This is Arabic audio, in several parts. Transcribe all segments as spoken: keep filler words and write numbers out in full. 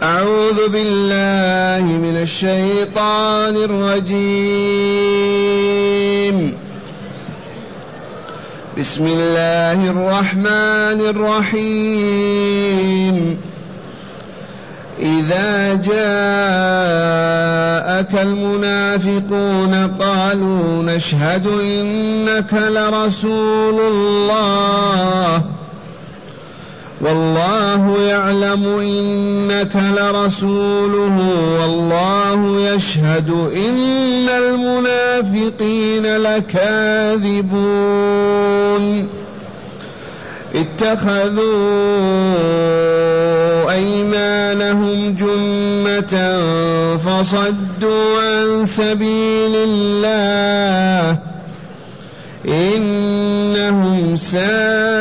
أعوذ بالله من الشيطان الرجيم. بسم الله الرحمن الرحيم. إذا جاءك المنافقون قالوا نشهد إنك لرسول الله والله يعلم إنك لرسوله والله يشهد إن المنافقين لكاذبون. اتخذوا أيمانهم جنة فصدوا عن سبيل الله إنهم ساء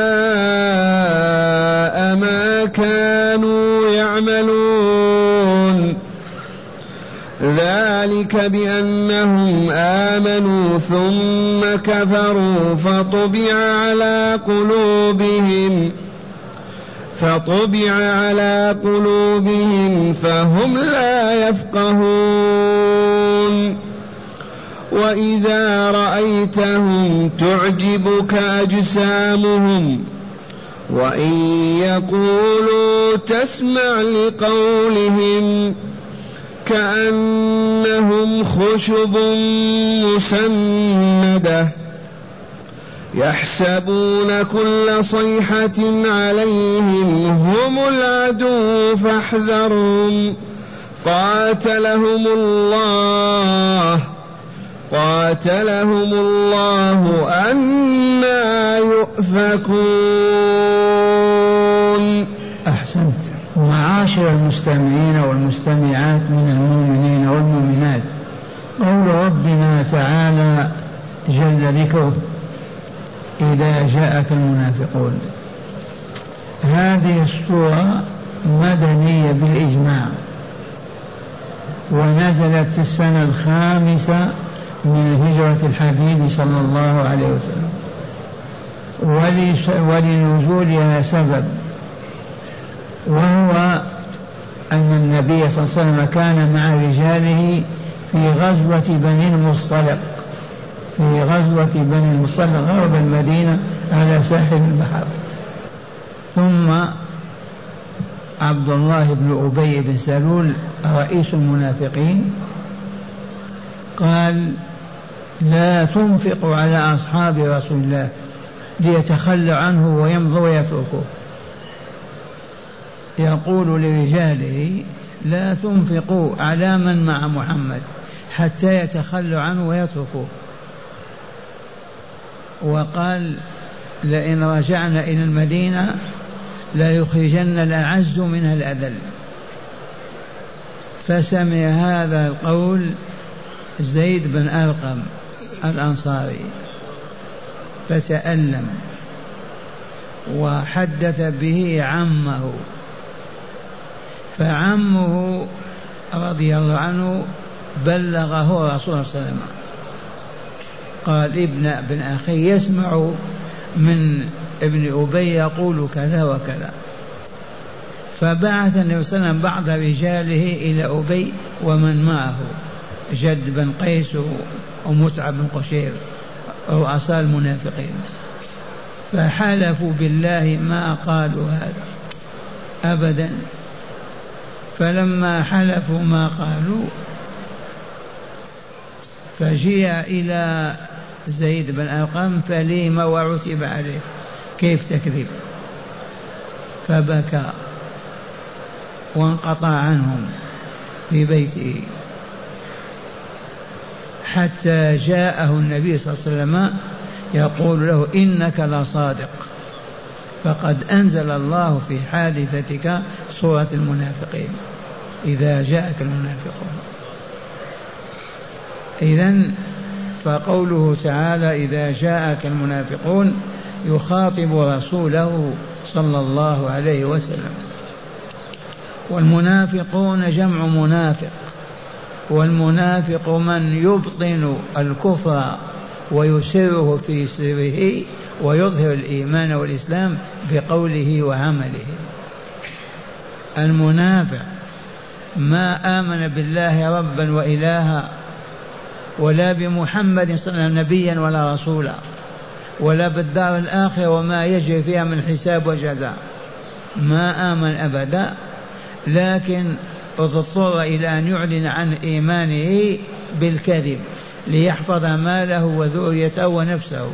ما كانوا يعملون. ذلك بأنهم آمنوا ثم كفروا فطبع على قلوبهم فطبع على قلوبهم فهم لا يفقهون. وإذا رأيتهم تعجبك أجسامهم وإن يقولوا تسمع لقولهم كأنهم خشب مسندة يحسبون كل صيحة عليهم هم العدو فاحذرهم قاتلهم الله قاتلهم الله أنى يؤفكون. أحسنت. معاشر المستمعين والمستمعات من المؤمنين والمؤمنات، قول ربنا تعالى جل ذكره إذا جاءك المنافقون، هذه السورة مدنية بالإجماع، ونزلت في السنة الخامسة من هجرة الحبيب صلى الله عليه وسلم، ولنزولها سبب، وهو أن النبي صلى الله عليه وسلم كان مع رجاله في غزوة بني المصطلق في غزوة بني المصطلق غرب المدينة على ساحل البحر. ثم عبد الله بن أبي بن سلول رئيس المنافقين قال لا تنفقوا على أصحاب رسول الله ليتخلى عنه ويمضوا ويتركوه. يقول لرجاله لا تنفقوا على من مع محمد حتى يتخلوا عنه ويتركوه. وقال لئن رجعنا إلى المدينة لا يخرجن الأعز منها الأذل. فسمع هذا القول زيد بن أرقم الأنصاري فتألم وحدث به عمه، فعمه رضي الله عنه بلغه رسول الله صلى الله عليه وسلم، قال ابن ابن أخي يسمع من ابن أبي يقول كذا وكذا. فبعث النبي صلى الله عليه وسلم بعض رجاله إلى أبي ومن معه جد بن قيس ومتعب بن قشير رؤساء المنافقين، فحلفوا بالله ما قالوا هذا أبدا. فلما حلفوا ما قالوا فجيء إلى زيد بن أرقم فليم وعتب عليه كيف تكذب، فبكى وانقطع عنهم في بيته حتى جاءه النبي صلى الله عليه وسلم يقول له إنك لصادق، فقد أنزل الله في حادثتك سورة المنافقين إذا جاءك المنافقون. إذن فقوله تعالى إذا جاءك المنافقون يخاطب رسوله صلى الله عليه وسلم. والمنافقون جمع منافق، والمنافق من يبطن الكفر ويسره في سره ويظهر الإيمان والإسلام بقوله وعمله. المنافق ما آمن بالله ربا وإلها ولا بمحمد صلى الله عليه وسلم نبيا ولا رسولا ولا بالدار الآخرة وما يجري فيها من حساب وجزاء، ما آمن أبدا، لكن اضطر إلى أن يعلن عن إيمانه بالكذب ليحفظ ماله وذريته ونفسه.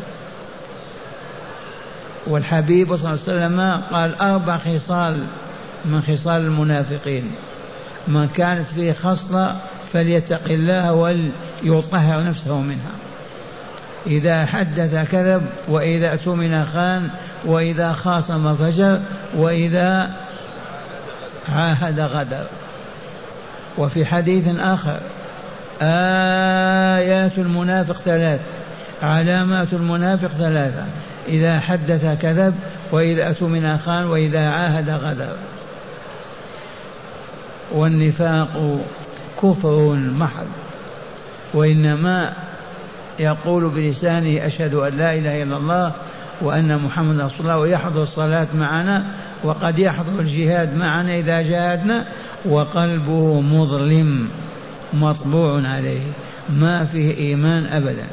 والحبيب صلى الله عليه وسلم قال أربع خصال من خصال المنافقين، من كانت فيه خصلة فليتق الله وليطهر نفسه منها: إذا حدث كذب، وإذا اؤتمن خان، وإذا خاصم فجر، وإذا عاهد غدر. وفي حديث آخر: آيات المنافق ثلاث، علامات المنافق ثلاثة: إذا حدث كذب، وإذا اؤتمن خان، وإذا عاهد غدر. والنفاق كفر محض، وإنما يقول بلسانه أشهد أن لا إله إلا الله وأن محمد رسول الله، ويحضر الصلاة معنا، وقد يحضر الجهاد معنا إذا جاهدنا، وقلبه مظلم مطبوع عليه، ما فيه إيمان أبدا.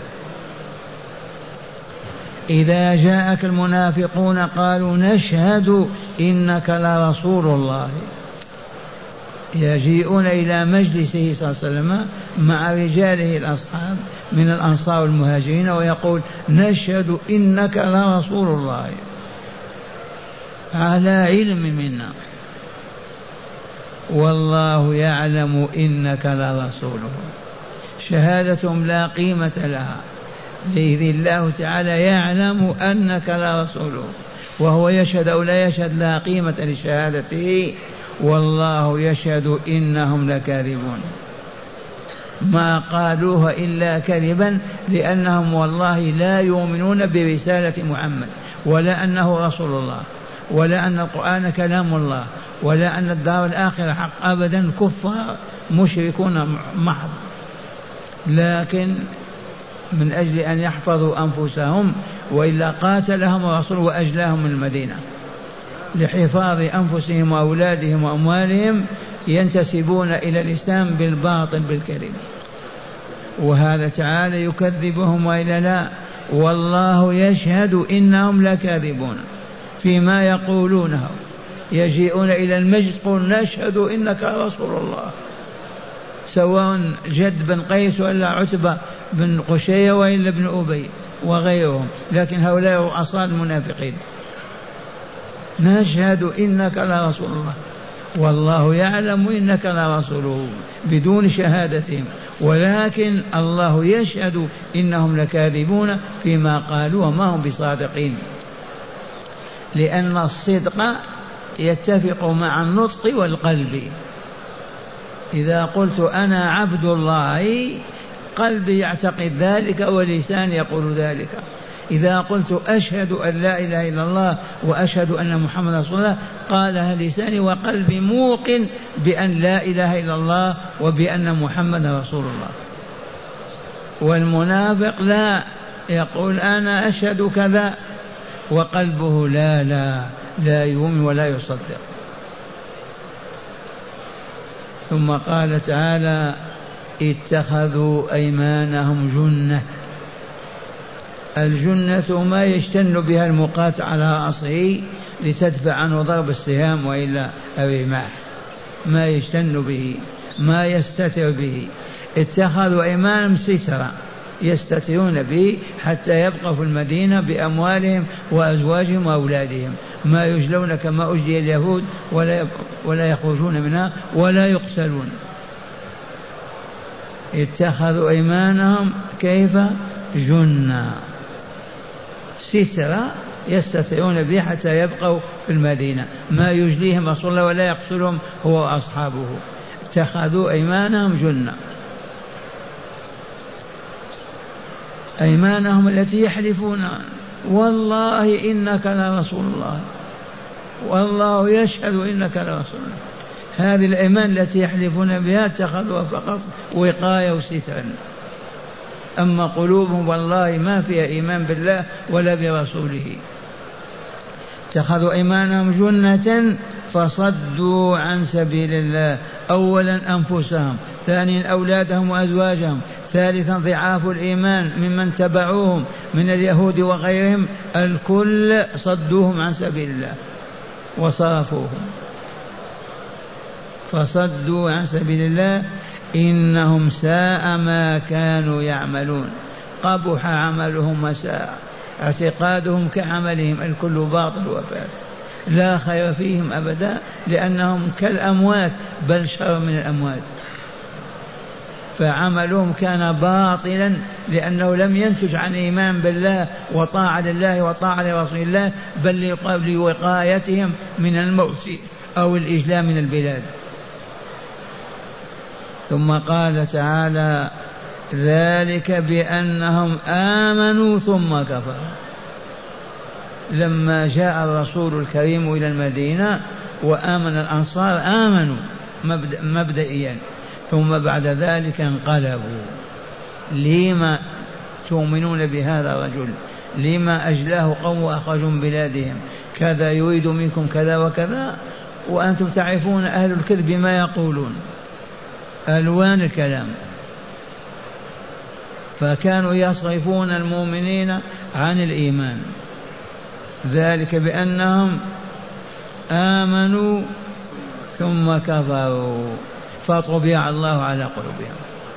إذا جاءك المنافقون قالوا نشهد إنك لرسول الله، يجيئون إلى مجلسه صلى الله عليه وسلم مع رجاله الأصحاب من الأنصار والمهاجرين ويقول نشهد إنك لرسول الله، على علم منا، والله يعلم إنك لرسوله. شهادتهم لا قيمة لها، لإذ الله تعالى يعلم أنك لرسوله، وهو يشهد أو لا يشهد لا قيمة لشهادته، والله يشهد إنهم لكاذبون. ما قالوها إلا كذبا، لأنهم والله لا يؤمنون برسالة محمد، ولا أنه رسول الله، ولا أن القرآن كلام الله، ولا أن الدار الآخرة حق، أبدا، كفار مشركون محض. لكن من أجل أن يحفظوا أنفسهم، وإلا قاتلهم الرسول وأجلاهم من المدينة، لحفاظ أنفسهم وأولادهم وأموالهم ينتسبون إلى الإسلام بالباطل بالكذب، وهذا تعالى يكذبهم وإلا لا، والله يشهد إنهم لكاذبون فيما يقولونه. يجيئون إلى المجلس يقول نشهد إنك رسول الله، سواء جد بن قيس ولا عتبة بن قشية وإلا ابن أبي وغيرهم، لكن هؤلاء رؤساء المنافقين. نشهد إنك لرسول الله، والله يعلم إنك لرسوله بدون شهادتهم، ولكن الله يشهد إنهم لكاذبون فيما قالوا وما هم بصادقين، لأن الصدق يتفق مع النطق والقلب. إذا قلت أنا عبد الله قلبي يعتقد ذلك ولساني يقول ذلك. إذا قلت أشهد أن لا إله إلا الله وأشهد أن محمد رسول الله قالها لساني وقلبي موقن بأن لا إله إلا الله وبأن محمد رسول الله. والمنافق لا، يقول أنا أشهد كذا وقلبه لا لا لا يؤمن ولا يصدق. ثم قال تعالى اتخذوا أيمانهم جنة. الجنة ما يجتن بها المقاتل على رأسه لتدفع عنه ضرب السهام وإلا الرماح، ما يجتن به، ما يستتر به. اتخذوا أيمانهم سترا يستترون به حتى يبقوا في المدينة بأموالهم وأزواجهم وأولادهم، ما يجلون كما أجلي اليهود ولا ولا يخرجون منها ولا يقتلون. اتخذوا أيمانهم كيف؟ جنة، سترة يستطيعون به حتى يبقوا في المدينة، ما يجليهم رسول الله ولا يقتلهم هو وأصحابه. اتخذوا أيمانهم جنة، أيمانهم التي يحلفون والله إنك لرسول الله، والله يشهد إنك لرسول الله. هذه الأيمان التي يحلفون بها اتخذوها فقط وقاية وسترا، أما قلوبهم والله ما فيها إيمان بالله ولا برسوله. اتخذوا أيمانهم جنة فصدوا عن سبيل الله، أولا أنفسهم، ثانيا أولادهم وأزواجهم، ثالثا ضعاف الإيمان ممن تبعوهم من اليهود وغيرهم، الكل صدوهم عن سبيل الله وصرفوهم. فصدوا عن سبيل الله إنهم ساء ما كانوا يعملون، قبح عملهم وساء، اعتقادهم كعملهم، الكل باطل وفاسد، لا خير فيهم أبدا، لأنهم كالأموات بل شر من الأموات. فعملهم كان باطلا لأنه لم ينتج عن إيمان بالله وطاعة لله وطاعة لرسول الله، بل لوقايتهم من الموت أو الإجلاء من البلاد. ثم قال تعالى ذلك بأنهم آمنوا ثم كفروا. لما جاء الرسول الكريم إلى المدينة وآمن الأنصار آمنوا مبدئيا، ثم بعد ذلك انقلبوا. لما تؤمنون بهذا الرجل؟ لما أجلاه قوم وأخرجوا من بلادهم؟ كذا يريد منكم كذا وكذا، وأنتم تعرفون أهل الكذب ما يقولون، ألوان الكلام. فكانوا يصرفون المؤمنين عن الإيمان. ذلك بأنهم آمنوا ثم كفروا فطبع الله على قلوبهم.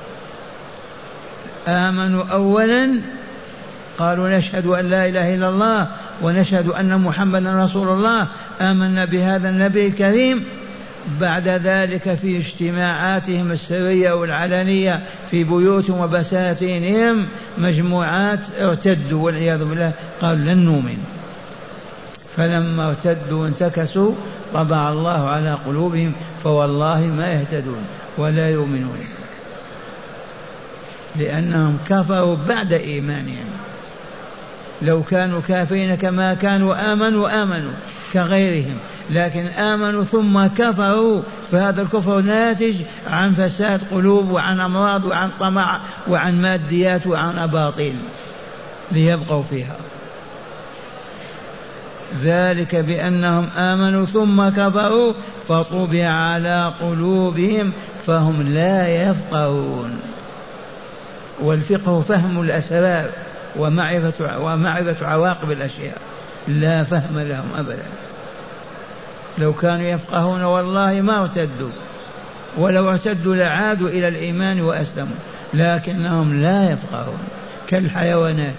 آمنوا أولا، قالوا نشهد أن لا إله إلا الله ونشهد أن محمدا رسول الله، آمنا بهذا النبي الكريم. بعد ذلك في اجتماعاتهم السرية والعلنية في بيوتهم وبساتينهم مجموعات ارتدوا والعياذ بالله، قالوا لن نؤمن. فلما ارتدوا وانتكسوا طبع الله على قلوبهم، فوالله ما يهتدون ولا يؤمنون، لأنهم كفروا بعد إيمانهم. لو كانوا كافرين كما كانوا آمنوا آمنوا كغيرهم، لكن آمنوا ثم كفروا، فهذا الكفر ناتج عن فساد قلوب وعن أمراض وعن طمع وعن ماديات وعن أباطيل ليبقوا فيها. ذلك بأنهم آمنوا ثم كفروا فطبع على قلوبهم فهم لا يفقهون. والفقه فهم الأسرار ومعرفة, ومعرفة عواقب الأشياء، لا فهم لهم أبدا. لو كانوا يفقهون والله ما ارتدوا، ولو ارتدوا لعادوا إلى الإيمان وأسلموا، لكنهم لا يفقهون كالحيوانات.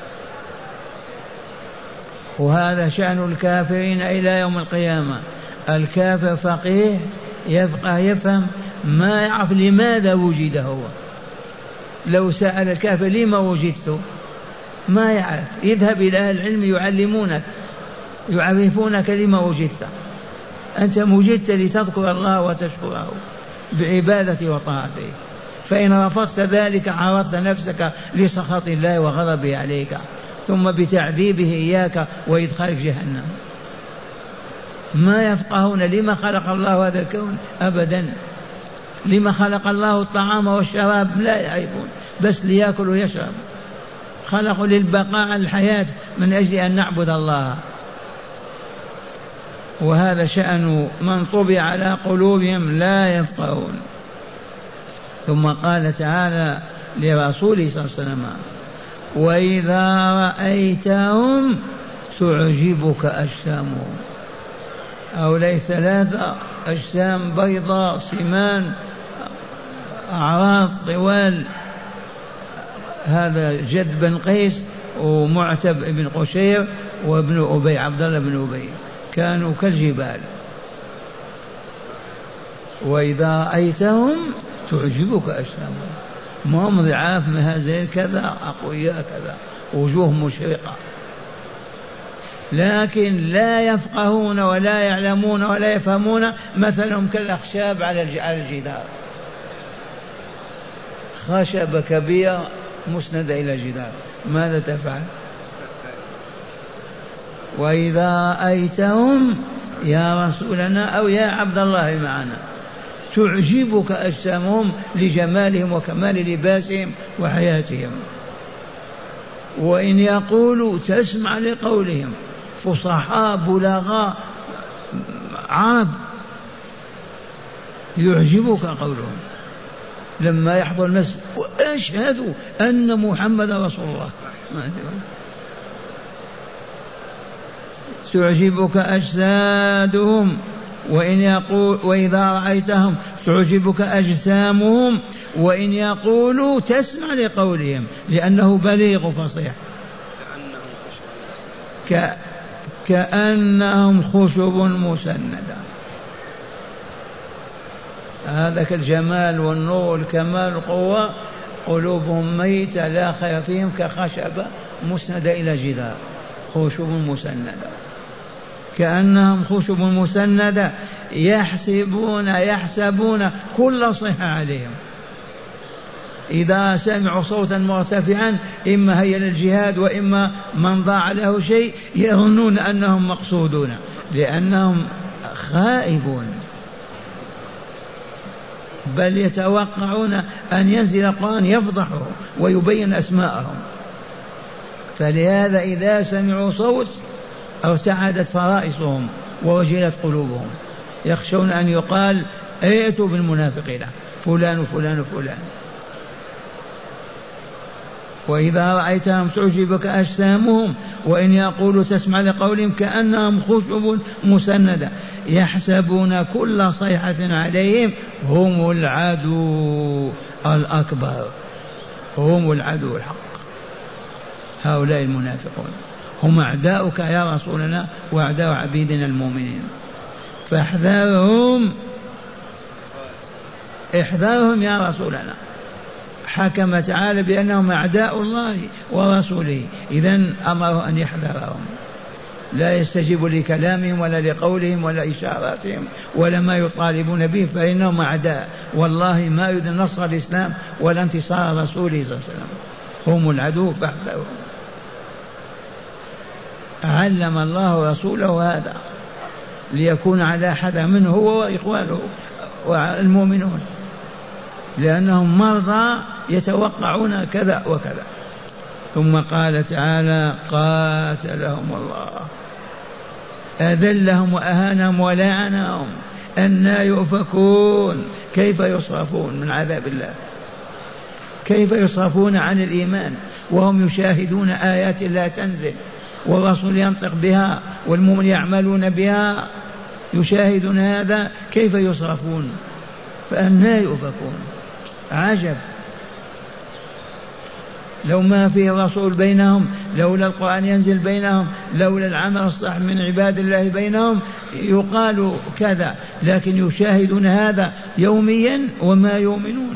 وهذا شأن الكافرين إلى يوم القيامة. الكافر فقيه يفقه يفهم، ما يعرف لماذا وجد هو. لو سأل الكافر لما وجدت ما يعرف. يذهب إلى أهل العلم يعلمونك يعرفونك لما وجدت. أنت وجدت لتذكر الله وتشكره بعبادته وطاعته، فإن رفضت ذلك عرضت نفسك لسخط الله وغضبه عليك، ثم بتعذيبه إياك وإدخالك جهنم. ما يفقهون لما خلق الله هذا الكون أبدا. لما خلق الله الطعام والشراب لا يعرفون، بس ليأكل ويشرب. خلقوا للبقاء الحياة من أجل أن نعبد الله. وهذا شأن من طبع على قلوبهم لا يفقهون. ثم قال تعالى لرسوله صلى الله عليه وسلم وإذا رأيتهم تعجبك أجسامهم. هؤلاء ثلاثة أجسام بيضاء سمان أعراض طوال، هذا جد بن قيس ومعتب بن قشير وابن أبي عبد الله بن أبي، كانوا كالجبال. وإذا رأيتهم تعجبك أجسامهم، ما هم ضعاف مهازل كذا أقوياء كذا وجوه مشرقة، لكن لا يفقهون ولا يعلمون ولا يفهمون. مثلهم كالأخشاب على الجدار، خشبة كبيرة مسندة إلى الجدار، ماذا تفعل؟ وإذا رأيتهم يا رسولنا أو يا عبد الله معنا تعجبك أجسامهم لجمالهم وكمال لباسهم وحياتهم، وإن يقولوا تسمع لقولهم، فصحاء بلغاء عرب يعجبك قولهم لما يحضر المسجد وأشهد أن محمد رسول الله. تعجبك أجسادهم وإن يقول وإذا رأيتهم تعجبك أجسامهم وإن يقولوا تسمع لقولهم لأنه بليغ فصيح. ك... كأنهم خشب مسندة. هذا الجمال والنور والكمال والقوة. قلوبهم ميتة لا خير فيهم كخشبة مسندة إلى جدار. خشب مسندة كأنهم خشب مسندة يحسبون يحسبون كل صيحة عليهم. إذا سمعوا صوتا مرتفعا إما هي للجهاد وإما من ضاع له شيء يظنون أنهم مقصودون لأنهم خائبون، بل يتوقعون أن ينزل القرآن يفضحه ويبين أسماءهم. فلهذا إذا سمعوا صوت ارتعدت فرائصهم ووجلت قلوبهم، يخشون أن يقال ائتوا بالمنافقين فلان وفلان وفلان. وإذا رأيتهم تعجبك أجسامهم وإن يقولوا تسمع لقولهم كأنهم خشب مسندة يحسبون كل صيحة عليهم هم العدو الأكبر، هم العدو الحق. هؤلاء المنافقون هم أعداؤك يا رسولنا وأعداء عبيدنا المؤمنين، فاحذرهم احذرهم يا رسولنا. حكم تعالى بأنهم أعداء الله ورسوله، إذن أمره أن يحذرهم، لا يستجيب لكلامهم ولا لقولهم ولا إشاراتهم ولا ما يطالبون به، فإنهم أعداء والله ما يريد نصر الإسلام ولا انتصار رسوله صلى الله عليه وسلم، هم العدو فاحذرهم. علم الله رسوله هذا ليكون على حذر منه هو وإخوانه والمؤمنون، لأنهم مرضى يتوقعون كذا وكذا. ثم قال تعالى قاتلهم الله أذلهم وأهانهم ولعنهم أنى يؤفكون. كيف يصرفون من عذاب الله؟ كيف يصرفون عن الإيمان وهم يشاهدون آيات الله تنزل والرسول ينطق بها والمؤمن يعملون بها، يشاهدون هذا، كيف يصرفون؟ فأنى يؤفكون. عجب لو ما فيه رسول بينهم، لولا القرآن ينزل بينهم، لولا العمل الصالح من عباد الله بينهم يقال كذا، لكن يشاهدون هذا يوميا وما يؤمنون.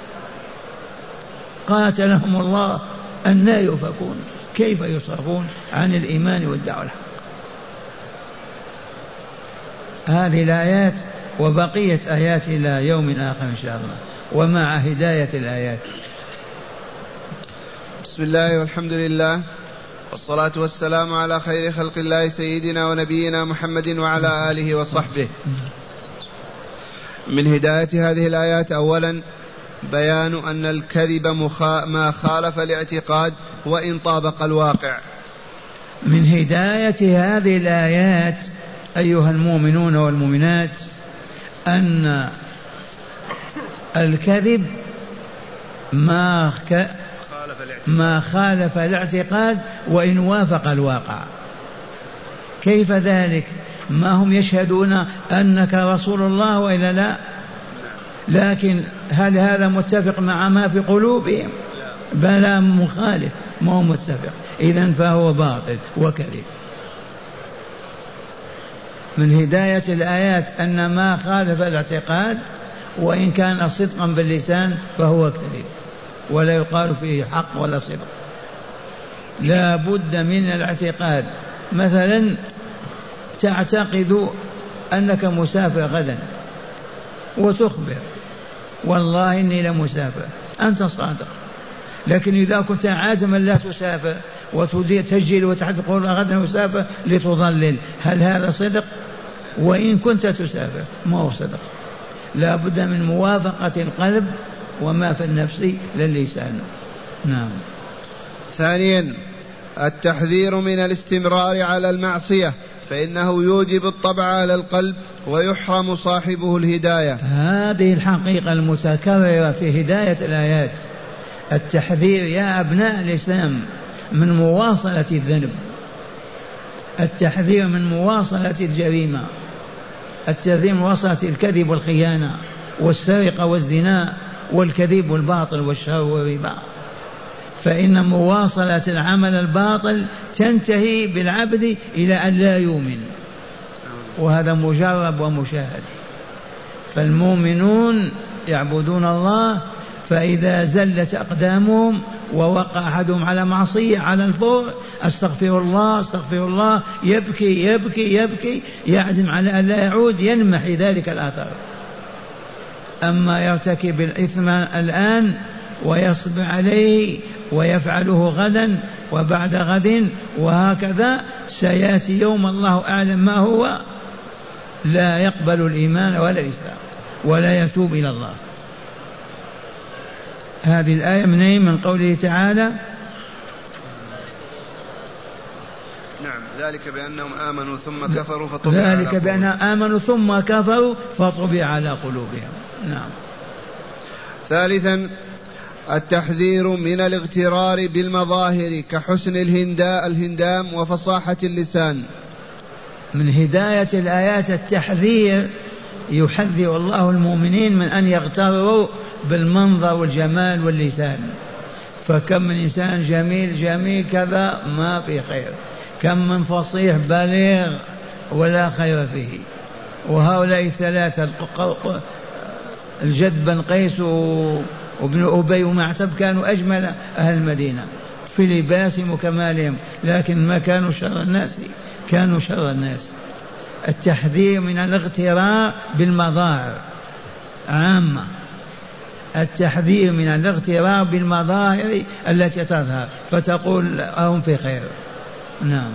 قاتلهم الله أنى يؤفكون. كيف يصرفون عن الإيمان والدعوة الحق؟ هذه الآيات وبقية آيات إلى يوم آخر إن شاء الله ومع هداية الآيات. بسم الله والحمد لله والصلاة والسلام على خير خلق الله سيدنا ونبينا محمد وعلى آله وصحبه. من هداية هذه الآيات أولا بيان أن الكذب مخا... ما خالف الاعتقاد وإن طابق الواقع. من هداية هذه الآيات أيها المؤمنون والمؤمنات أن الكذب ما ك... ما خالف الاعتقاد وإن وافق الواقع. كيف ذلك؟ ما هم يشهدون أنك رسول الله وإلا لا؟ لكن هل هذا متفق مع ما في قلوبهم؟ بلى مخالف، ما هو متفق، إذن فهو باطل وكذب. من هداية الآيات أن ما خالف الاعتقاد وإن كان صدقا باللسان فهو كذب ولا يقال فيه حق ولا صدق. لا بد من الاعتقاد. مثلا تعتقد أنك مسافر غدا وتخبر والله إني لمسافر، أنت صادق، لكن إذا كنت عازما لا تسافر وتسجل وتحدث تقول غدا مسافر لتضلل، هل هذا صدق؟ وإن كنت تسافر ما هو صدق. لا بد من موافقة القلب وما في النفس للسان. نعم. ثانيا التحذير من الاستمرار على المعصية، فإنه يوجب الطبع على القلب ويحرم صاحبه الهداية. هذه الحقيقة المتكررة في هداية الآيات، التحذير يا أبناء الإسلام من مواصلة الذنب، التحذير من مواصلة الجريمة، التحذير من مواصلة الكذب والخيانة والسرقة والزنا والكذب والباطل والشر والربا، فإن مواصلة العمل الباطل تنتهي بالعبد إلى أن لا يؤمن، وهذا مجرب ومشاهد. فالمؤمنون يعبدون الله، فإذا زلت أقدامهم ووقع أحدهم على معصية على الفور أستغفر الله أستغفر الله، يبكي يبكي يبكي يعزم على أن لا يعود، ينمحي ذلك الأثر. أما يرتكب الإثم الآن ويصبر عليه ويفعله غدا وبعد غد وهكذا، سيأتي يوم الله أعلم ما هو، لا يقبل الإيمان ولا الإسلام ولا يتوب إلى الله. هذه الآية من من قوله تعالى نعم ذلك بأنهم آمنوا ثم كفروا فطبع على ذلك بأنهم آمنوا ثم كفروا فطبع على قلوبهم. نعم. ثالثا التحذير من الاغترار بالمظاهر كحسن الهنداء الهندام وفصاحة اللسان. من هداية الآيات التحذير، يحذر الله المؤمنين من أن يغتروا بالمنظر والجمال واللسان، فكم من إنسان جميل جميل كذا ما في خير، كم من فصيح بليغ ولا خير فيه. وهؤلاء الثلاثة الجد بن قيس وابن أبي ومعتب كانوا أجمل أهل المدينة في لباسهم وكمالهم، لكن ما كانوا شر الناس، كانوا شر الناس. التحذير من الاغترار بالمظاهر عامة، التحذير من الاغترار بالمظاهر التي تظهر فتقول هم في خير. نعم.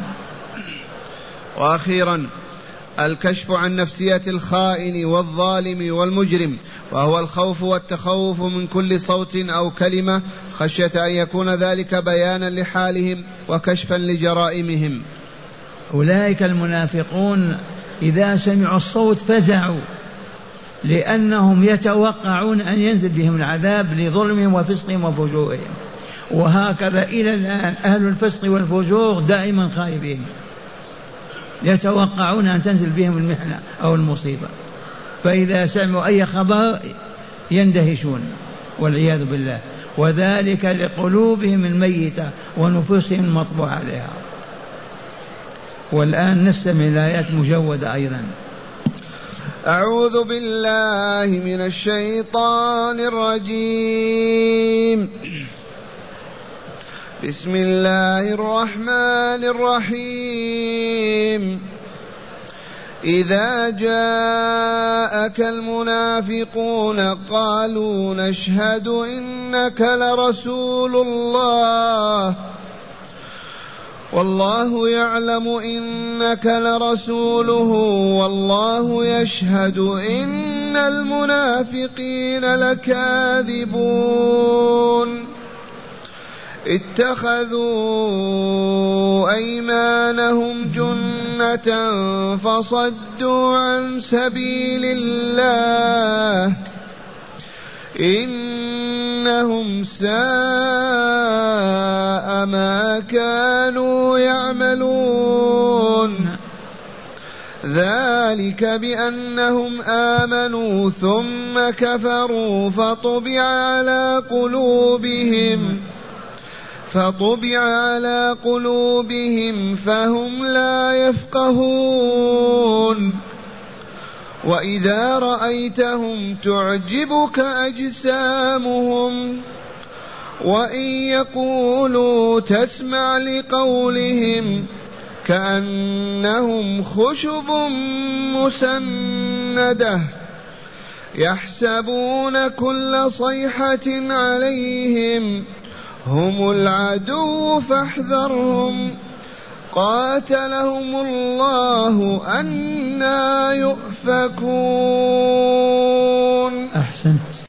وأخيرا الكشف عن نفسية الخائن والظالم والمجرم، وهو الخوف والتخوف من كل صوت أو كلمة خشية أن يكون ذلك بيانا لحالهم وكشفا لجرائمهم. أولئك المنافقون إذا سمعوا الصوت فزعوا، لأنهم يتوقعون أن ينزل بهم العذاب لظلمهم وفسقهم وفجورهم، وهكذا إلى الآن أهل الفسق والفجور دائما خائبين، يتوقعون أن تنزل بهم المحنة أو المصيبة، فإذا سمعوا أي خبر يندهشون والعياذ بالله، وذلك لقلوبهم الميتة ونفوسهم المطبوع عليها. والآن نستمع الآيات مجودة أيضا. أعوذ بالله من الشيطان الرجيم. بسم الله الرحمن الرحيم. إذا جاءك المنافقون قالوا نشهد إنك لرسول الله والله يعلم إنك لرسوله والله يشهد إن المنافقين لكاذبون اتخذوا أيمانهم جنة فصدوا عن سبيل الله إنهم ساء ما كانوا يعملون ذلك بأنهم آمنوا ثم كفروا فطبع على قلوبهم فطبع على قلوبهم فهم لا يفقهون وإذا رأيتهم تعجبك أجسامهم وإن يقولوا تسمع لقولهم كأنهم خشب مسندة يحسبون كل صيحة عليهم هم العدو فاحذرهم قاتلهم الله أنى يؤفكون.